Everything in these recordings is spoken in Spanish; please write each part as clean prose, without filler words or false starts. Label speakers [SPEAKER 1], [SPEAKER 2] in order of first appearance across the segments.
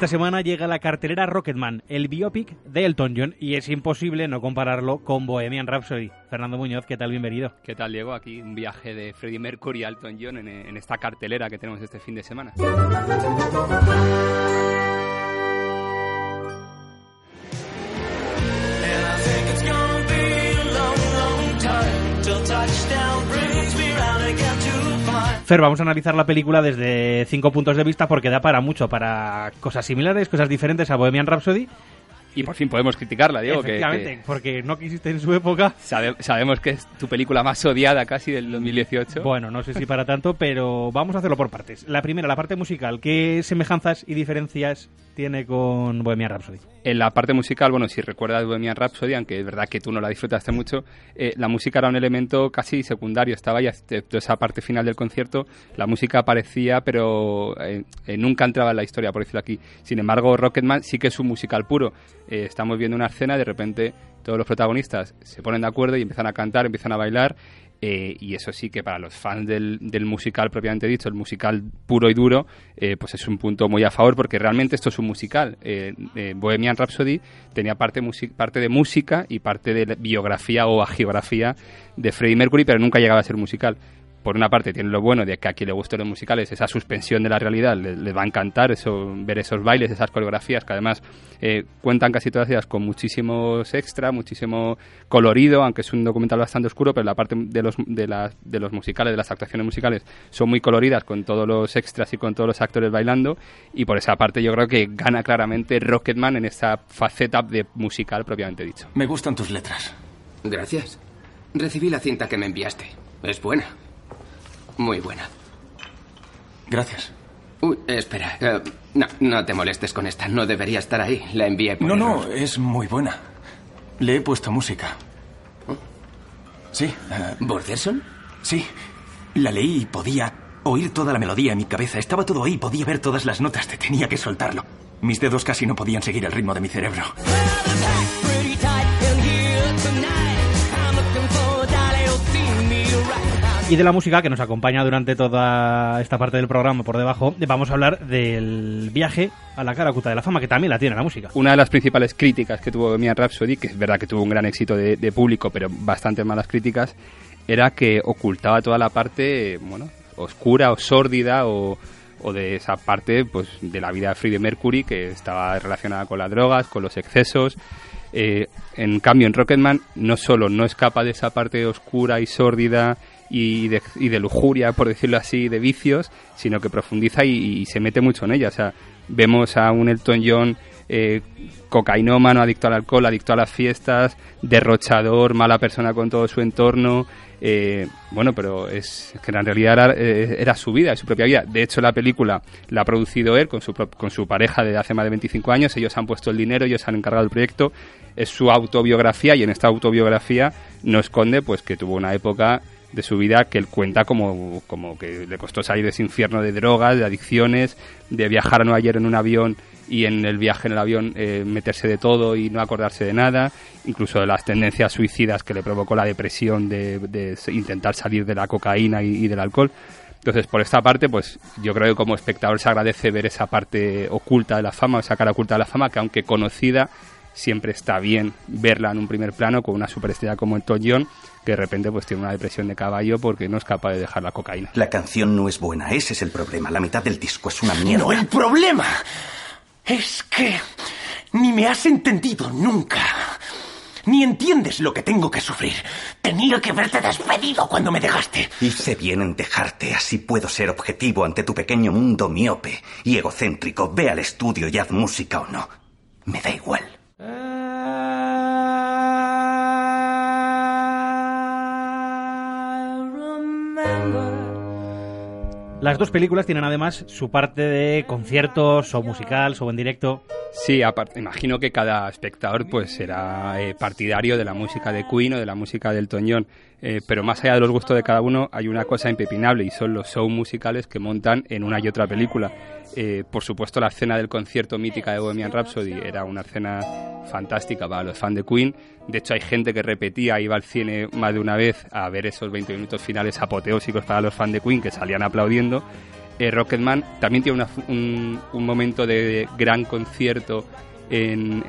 [SPEAKER 1] esta semana llega a la cartelera Rocketman, el biopic de Elton John, y es imposible no compararlo con Bohemian Rhapsody. Fernando Muñoz, ¿qué tal? Bienvenido.
[SPEAKER 2] ¿Qué tal, Diego? Aquí un viaje de Freddie Mercury a Elton John en esta cartelera que tenemos este fin de semana.
[SPEAKER 1] Fer, vamos a analizar la película desde 5 puntos de vista porque da para mucho, para cosas similares, cosas diferentes a Bohemian Rhapsody.
[SPEAKER 2] Y por fin podemos criticarla, Diego.
[SPEAKER 1] Efectivamente, porque no quisiste en su época.
[SPEAKER 2] Sabemos que es tu película más odiada casi del 2018.
[SPEAKER 1] Bueno, no sé si para tanto, pero vamos a hacerlo por partes. La primera, la parte musical. ¿Qué semejanzas y diferencias tiene con Bohemian Rhapsody?
[SPEAKER 2] En la parte musical, bueno, si recuerdas Bohemian Rhapsody, aunque es verdad que tú no la disfrutaste mucho, la música era un elemento casi secundario. Estaba ya toda esa parte final del concierto, la música aparecía, pero nunca entraba en la historia, por decirlo aquí. Sin embargo, Rocketman sí que es un musical puro. Estamos viendo una escena, de repente todos los protagonistas se ponen de acuerdo y empiezan a cantar, empiezan a bailar, y eso sí que para los fans del musical propiamente dicho, el musical puro y duro, pues es un punto muy a favor, porque realmente esto es un musical. Bohemian Rhapsody tenía parte de música y parte de biografía o agiografía de Freddie Mercury, pero nunca llegaba a ser musical. Por una parte tiene lo bueno de que a quien le gusten los musicales, esa suspensión de la realidad, les va a encantar ver esos bailes, esas coreografías que además cuentan casi todas ellas con muchísimos extra, muchísimo colorido, aunque es un documental bastante oscuro, pero la parte de los musicales, de las actuaciones musicales, son muy coloridas con todos los extras y con todos los actores bailando, y por esa parte yo creo que gana claramente Rocketman en esa faceta de musical propiamente dicho.
[SPEAKER 3] Me gustan tus letras.
[SPEAKER 4] Gracias. Recibí la cinta que me enviaste. Es buena. Muy buena.
[SPEAKER 3] Gracias.
[SPEAKER 4] Uy, espera. No te molestes con esta. No debería estar ahí. La envié por
[SPEAKER 3] No, es muy buena. Le he puesto música.
[SPEAKER 4] ¿Oh?
[SPEAKER 3] Sí.
[SPEAKER 4] ¿Borderson?
[SPEAKER 3] Sí. La leí y podía oír toda la melodía en mi cabeza. Estaba todo ahí. Podía ver todas las notas. Te tenía que soltarlo. Mis dedos casi no podían seguir el ritmo de mi cerebro.
[SPEAKER 1] Y de la música que nos acompaña durante toda esta parte del programa por debajo, vamos a hablar del viaje a la Calcuta de la Fama, que también la tiene la música.
[SPEAKER 2] Una de las principales críticas que tuvo Bohemian Rhapsody, que es verdad que tuvo un gran éxito de público, pero bastante malas críticas, era que ocultaba toda la parte, bueno, oscura o sórdida o de esa parte pues de la vida de Freddie Mercury, que estaba relacionada con las drogas, con los excesos. En cambio, en Rocketman no solo no escapa de esa parte oscura y sórdida y de lujuria, por decirlo así, de vicios, sino que profundiza y se mete mucho en ella. O sea, vemos a un Elton John cocainómano, adicto al alcohol, adicto a las fiestas, derrochador, mala persona con todo su entorno. Bueno, pero es que en realidad era su vida, su propia vida. De hecho, la película la ha producido él con su pareja de hace más de 25 años. Ellos han puesto el dinero, ellos han encargado el proyecto. Es su autobiografía, y en esta autobiografía no esconde pues que tuvo una época de su vida que él cuenta como que le costó salir de ese infierno de drogas, de adicciones, de viajar a Nueva York en un avión y en el viaje en el avión meterse de todo y no acordarse de nada, incluso de las tendencias suicidas que le provocó la depresión de intentar salir de la cocaína y del alcohol. Entonces, por esta parte, pues yo creo que como espectador se agradece ver esa parte oculta de la fama, esa cara oculta de la fama, que aunque conocida, siempre está bien verla en un primer plano con una superestrella como Elton John, que de repente pues tiene una depresión de caballo porque no es capaz de dejar la cocaína.
[SPEAKER 5] La canción no es buena, ese es el problema. La mitad del disco es una mierda.
[SPEAKER 3] No, el problema es que ni me has entendido nunca. Ni entiendes lo que tengo que sufrir. Tenía que haberte despedido cuando me dejaste.
[SPEAKER 5] Hice bien en dejarte, así puedo ser objetivo ante tu pequeño mundo miope y egocéntrico. Ve al estudio y haz música o no. Me da igual.
[SPEAKER 1] Las dos películas tienen además su parte de conciertos o musical o en directo.
[SPEAKER 2] Sí, aparte, imagino que cada espectador pues será partidario de la música de Queen o de la música de Elton John, pero más allá de los gustos de cada uno hay una cosa impepinable y son los shows musicales que montan en una y otra película. Por supuesto, la escena del concierto mítica de Bohemian Rhapsody era una escena fantástica para los fans de Queen. De hecho, hay gente que repetía, iba al cine más de una vez a ver esos 20 minutos finales apoteósicos para los fans de Queen que salían aplaudiendo. Rocketman también tiene un momento de gran concierto en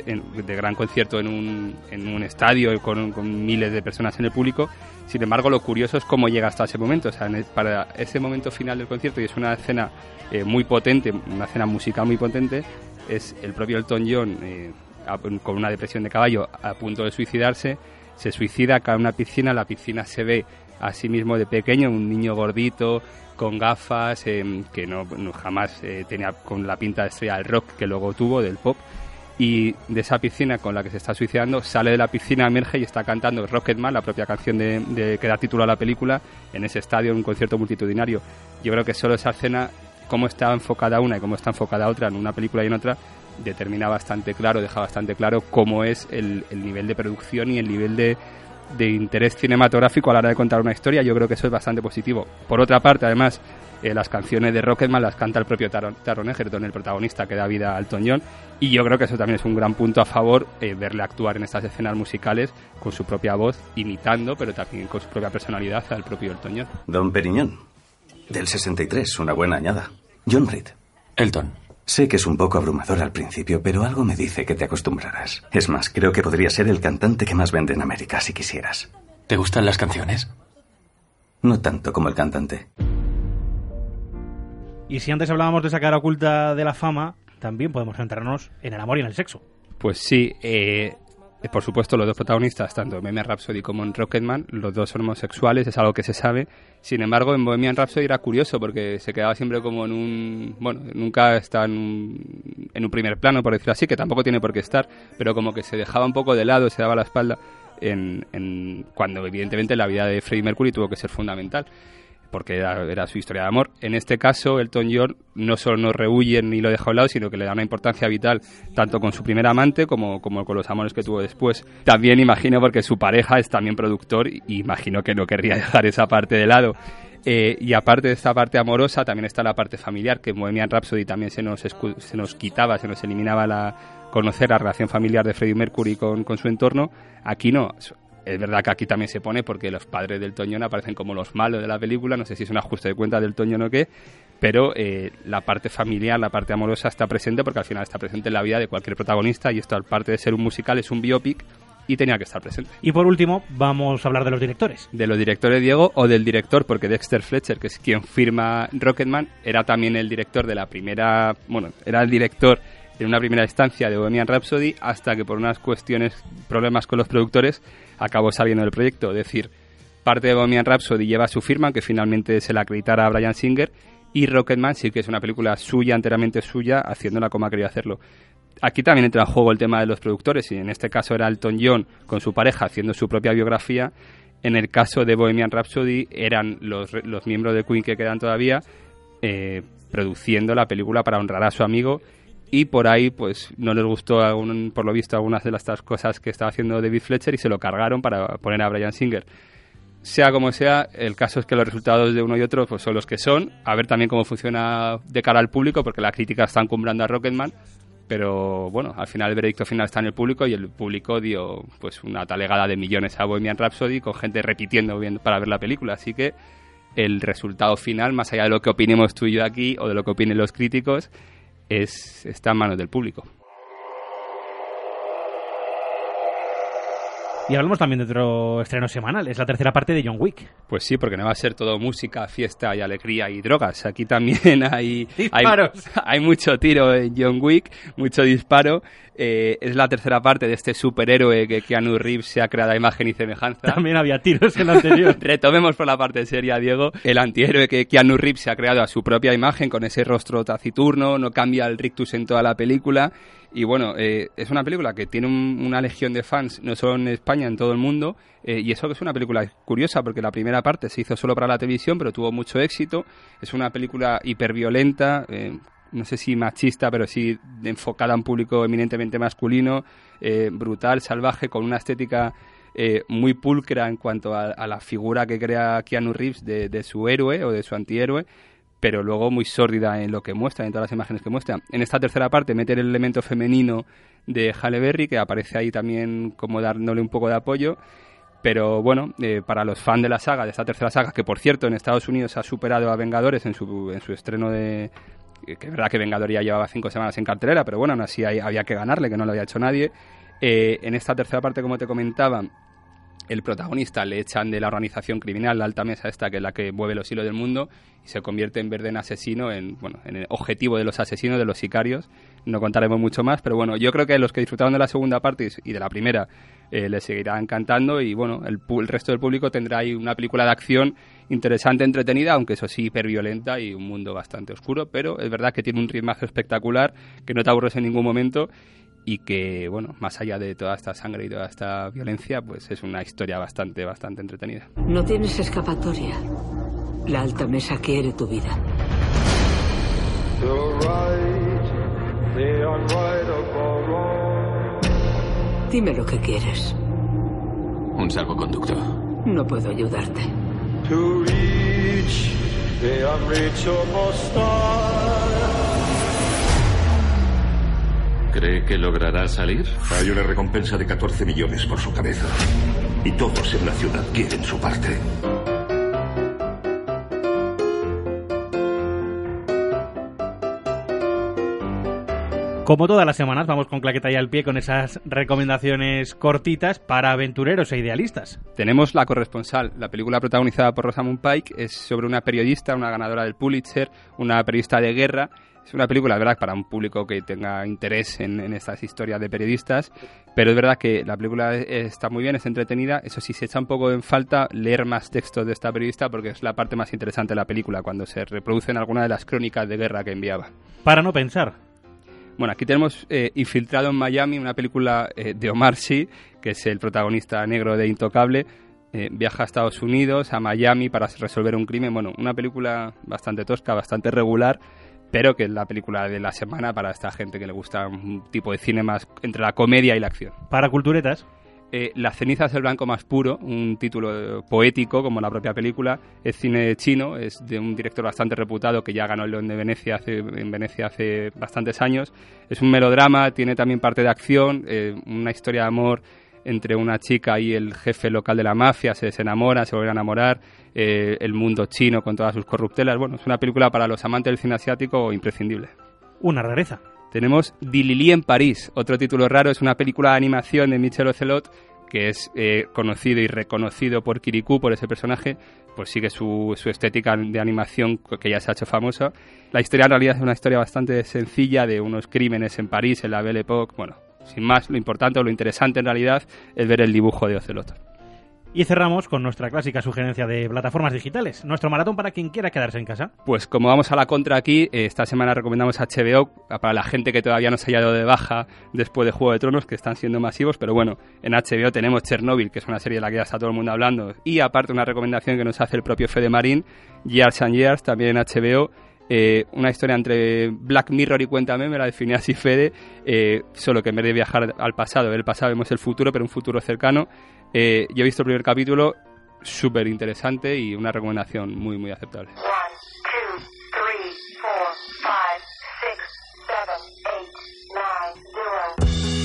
[SPEAKER 2] un estadio con miles de personas en el público. Sin embargo, lo curioso es cómo llega hasta ese momento. O sea, para ese momento final del concierto, y es una escena muy potente, una escena musical muy potente, es el propio Elton John con una depresión de caballo a punto de suicidarse. Se suicida, cae en una piscina, la piscina se ve a sí mismo de pequeño, un niño gordito, con gafas, que no jamás tenía con la pinta de estrella del rock que luego tuvo, del pop, y de esa piscina con la que se está suicidando, sale de la piscina, emerge y está cantando Rocketman, la propia canción que da título a la película, en ese estadio, en un concierto multitudinario. Yo creo que solo esa escena, cómo está enfocada una y cómo está enfocada otra en una película y en otra, determina bastante claro, deja bastante claro cómo es el nivel de producción y el nivel de interés cinematográfico a la hora de contar una historia. Yo creo que eso es bastante positivo. Por otra parte, además, las canciones de Rocketman las canta el propio Taron Egerton, el protagonista que da vida a Elton John, y yo creo que eso también es un gran punto a favor, verle actuar en estas escenas musicales con su propia voz, imitando, pero también con su propia personalidad al propio Elton John.
[SPEAKER 5] Don Periñón, del 63, una buena añada. John Reed.
[SPEAKER 3] Elton.
[SPEAKER 5] Sé que es un poco abrumador al principio, pero algo me dice que te acostumbrarás. Es más, creo que podría ser el cantante que más vende en América, si quisieras.
[SPEAKER 3] ¿Te gustan las canciones?
[SPEAKER 5] No tanto como el cantante.
[SPEAKER 1] Y si antes hablábamos de esa cara oculta de la fama, también podemos centrarnos en el amor y en el sexo.
[SPEAKER 2] Pues sí, por supuesto los dos protagonistas, tanto en Bohemian Rhapsody como en Rocketman, los dos son homosexuales, es algo que se sabe. Sin embargo, en Bohemian Rhapsody era curioso porque se quedaba siempre como nunca está en un primer plano, por decirlo así, que tampoco tiene por qué estar, pero como que se dejaba un poco de lado, se daba la espalda cuando evidentemente la vida de Freddie Mercury tuvo que ser fundamental, porque era su historia de amor. En este caso, Elton John no solo no rehuye ni lo deja a un lado, sino que le da una importancia vital tanto con su primer amante como con los amores que tuvo después. También imagino, porque su pareja es también productor, y imagino que no querría dejar esa parte de lado. Y aparte de esta parte amorosa, también está la parte familiar, que en Bohemian Rhapsody también se nos eliminaba conocer la relación familiar de Freddie Mercury con su entorno. Aquí no. Es verdad que aquí también se pone, porque los padres del Elton John aparecen como los malos de la película, no sé si es un ajuste de cuenta del Elton John o qué, pero la parte familiar, la parte amorosa está presente, porque al final está presente en la vida de cualquier protagonista, y esto, aparte de ser un musical, es un biopic y tenía que estar presente.
[SPEAKER 1] Y por último, vamos a hablar de los directores.
[SPEAKER 2] De los directores, Diego, o del director, porque Dexter Fletcher, que es quien firma Rocketman, era también el director de la primera, era el director en una primera instancia de Bohemian Rhapsody, hasta que por unas problemas con los productores, acabó saliendo del proyecto. Es decir, parte de Bohemian Rhapsody lleva su firma, que finalmente se la acreditara a Bryan Singer, y Rocketman sí que es una película suya, enteramente suya, haciéndola como ha querido hacerlo. Aquí también entra en juego el tema de los productores, y en este caso era Elton John con su pareja haciendo su propia biografía. En el caso de Bohemian Rhapsody eran los miembros de Queen que quedan todavía produciendo la película para honrar a su amigo, y por ahí pues no les gustó por lo visto algunas de las cosas que estaba haciendo David Fletcher y se lo cargaron para poner a Bryan Singer. Sea como sea, el caso es que los resultados de uno y otro pues son los que son. A ver también cómo funciona de cara al público, porque la crítica está encumbrando a Rocketman, pero bueno, al final el veredicto final está en el público, y el público dio pues una talegada de millones a Bohemian Rhapsody, con gente repitiendo para ver la película. Así que el resultado final, más allá de lo que opinemos tú y yo aquí o de lo que opinen los críticos, está en manos del público.
[SPEAKER 1] Y hablamos también de otro estreno semanal, es la tercera parte de John Wick.
[SPEAKER 2] Pues sí, porque no va a ser todo música, fiesta y alegría y drogas. Aquí también hay mucho tiro en John Wick, mucho disparo. Es la tercera parte de este superhéroe que Keanu Reeves se ha creado a imagen y semejanza.
[SPEAKER 1] También había tiros en la anterior.
[SPEAKER 2] Retomemos por la parte seria, Diego. El antihéroe que Keanu Reeves se ha creado a su propia imagen, con ese rostro taciturno, no cambia el rictus en toda la película. Y bueno, es una película que tiene una legión de fans, no solo en España, en todo el mundo. Y eso que es una película curiosa, porque la primera parte se hizo solo para la televisión, pero tuvo mucho éxito. Es una película hiperviolenta, no sé si machista, pero sí enfocada a un público eminentemente masculino, brutal, salvaje, con una estética muy pulcra en cuanto a la figura que crea Keanu Reeves de su héroe o de su antihéroe, pero luego muy sórdida en lo que muestra, en todas las imágenes que muestra. En esta tercera parte mete el elemento femenino de Halle Berry, que aparece ahí también como dándole un poco de apoyo. Pero bueno, para los fans de la saga, de esta tercera saga, que por cierto en Estados Unidos ha superado a Vengadores en su estreno de... que es verdad que Vengadores ya llevaba 5 semanas en cartelera, pero bueno, aún así había que ganarle, que no lo había hecho nadie. En esta tercera parte, como te comentaba, el protagonista le echan de la organización criminal, la alta mesa esta, que es la que mueve los hilos del mundo, y se convierte en vez de en asesino, en el objetivo de los asesinos, de los sicarios. No contaremos mucho más, pero bueno, yo creo que los que disfrutaron de la segunda parte y de la primera les seguirá encantando, y bueno, el resto del público tendrá ahí una película de acción interesante, entretenida, aunque eso sí, hiperviolenta y un mundo bastante oscuro, pero es verdad que tiene un ritmazo espectacular, que no te aburres en ningún momento, y que, bueno, más allá de toda esta sangre y toda esta violencia, pues es una historia bastante entretenida.
[SPEAKER 6] No tienes escapatoria. La alta mesa quiere tu vida. Dime lo que quieres.
[SPEAKER 4] Un salvoconducto.
[SPEAKER 6] No puedo ayudarte.
[SPEAKER 7] ¿Cree que logrará salir?
[SPEAKER 8] Hay una recompensa de 14 millones por su cabeza. Y todos en la ciudad quieren su parte.
[SPEAKER 1] Como todas las semanas, vamos con claqueta y al pie con esas recomendaciones cortitas para aventureros e idealistas.
[SPEAKER 2] Tenemos La corresponsal, la película protagonizada por Rosamund Pike. Es sobre una periodista, una ganadora del Pulitzer, una periodista de guerra. Es una película, verdad, para un público que tenga interés en estas historias de periodistas, pero es verdad que la película está muy bien, es entretenida. Eso sí, se echa un poco en falta leer más textos de esta periodista, porque es la parte más interesante de la película, cuando se reproducen algunas de las crónicas de guerra que enviaba.
[SPEAKER 1] Para no pensar.
[SPEAKER 2] Bueno, aquí tenemos Infiltrado en Miami, una película de Omar Sy, que es el protagonista negro de Intocable. Viaja a Estados Unidos, a Miami, para resolver un crimen. Bueno, una película bastante tosca, bastante regular, pero que es la película de la semana para esta gente que le gusta un tipo de cine más entre la comedia y la acción.
[SPEAKER 1] Para culturetas.
[SPEAKER 2] Las cenizas del blanco más puro, un título poético como la propia película. Es cine chino, es de un director bastante reputado que ya ganó el León de Venecia en Venecia hace bastantes años. Es un melodrama, tiene también parte de acción, una historia de amor entre una chica y el jefe local de la mafia. Se enamoran, se vuelven a enamorar, el mundo chino con todas sus corruptelas. Bueno, es una película para los amantes del cine asiático imprescindible.
[SPEAKER 1] Una rareza.
[SPEAKER 2] Tenemos Dilili en París, otro título raro. Es una película de animación de Michel Ocelot, que es conocido y reconocido por Kirikou, por ese personaje. Pues sigue su estética de animación que ya se ha hecho famosa. La historia en realidad es una historia bastante sencilla de unos crímenes en París, en la Belle Époque. Bueno, sin más, lo importante o lo interesante en realidad es ver el dibujo de Ocelot.
[SPEAKER 1] Y cerramos con nuestra clásica sugerencia de plataformas digitales. Nuestro maratón para quien quiera quedarse en casa.
[SPEAKER 2] Pues como vamos a la contra aquí, esta semana recomendamos HBO para la gente que todavía no se haya dado de baja después de Juego de Tronos, que están siendo masivos. Pero bueno, en HBO tenemos Chernobyl, que es una serie de la que ya está todo el mundo hablando. Y aparte una recomendación que nos hace el propio Fede Marín, Years and Years, también en HBO. Una historia entre Black Mirror y Cuéntame, me la define así Fede, solo que en vez de viajar al pasado, ver el pasado, vemos el futuro, pero un futuro cercano. Yo he visto el primer capítulo, súper interesante y una recomendación muy, muy aceptable.
[SPEAKER 9] 1, 2, 3, 4, 5, 6, 7, 8, 9, 0.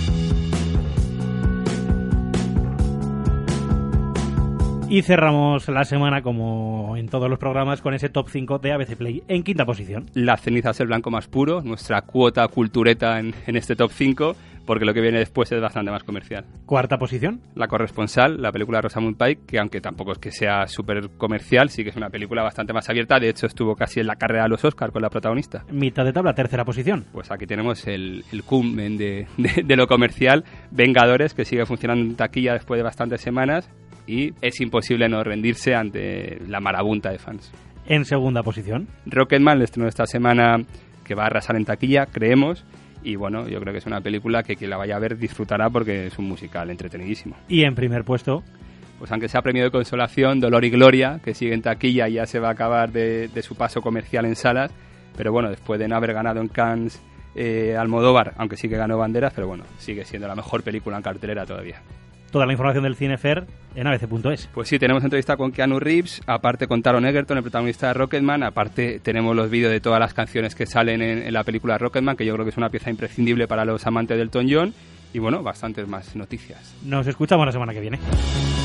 [SPEAKER 1] Y cerramos la semana, como en todos los programas, con ese top 5 de ABC Play. En quinta posición.
[SPEAKER 2] Las cenizas del blanco más puro, nuestra cuota cultureta en este top 5, porque lo que viene después es bastante más comercial.
[SPEAKER 1] Cuarta posición.
[SPEAKER 2] La corresponsal, la película de Rosamund Pike, que aunque tampoco es que sea súper comercial, sí que es una película bastante más abierta. De hecho, estuvo casi en la carrera de los Oscars con la protagonista.
[SPEAKER 1] Mitad de tabla, tercera posición.
[SPEAKER 2] Pues aquí tenemos el culmen de lo comercial, Vengadores, que sigue funcionando en taquilla después de bastantes semanas. Y es imposible no rendirse ante la marabunta de fans.
[SPEAKER 1] En segunda posición.
[SPEAKER 2] Rocketman, el estreno de esta semana, que va a arrasar en taquilla, creemos. Y bueno, yo creo que es una película que quien la vaya a ver disfrutará porque es un musical entretenidísimo.
[SPEAKER 1] Y en primer puesto.
[SPEAKER 2] Pues aunque sea premio de consolación, Dolor y Gloria, que sigue en taquilla y ya se va a acabar de su paso comercial en salas. Pero bueno, después de no haber ganado en Cannes Almodóvar, aunque sí que ganó banderas, pero bueno, sigue siendo la mejor película en cartelera todavía.
[SPEAKER 1] Toda la información del Cinefer en abc.es.
[SPEAKER 2] Pues sí, tenemos entrevista con Keanu Reeves, aparte con Taron Egerton, el protagonista de Rocketman, aparte tenemos los vídeos de todas las canciones que salen en la película Rocketman, que yo creo que es una pieza imprescindible para los amantes del Elton John, y bueno, bastantes más noticias.
[SPEAKER 1] Nos escuchamos la semana que viene.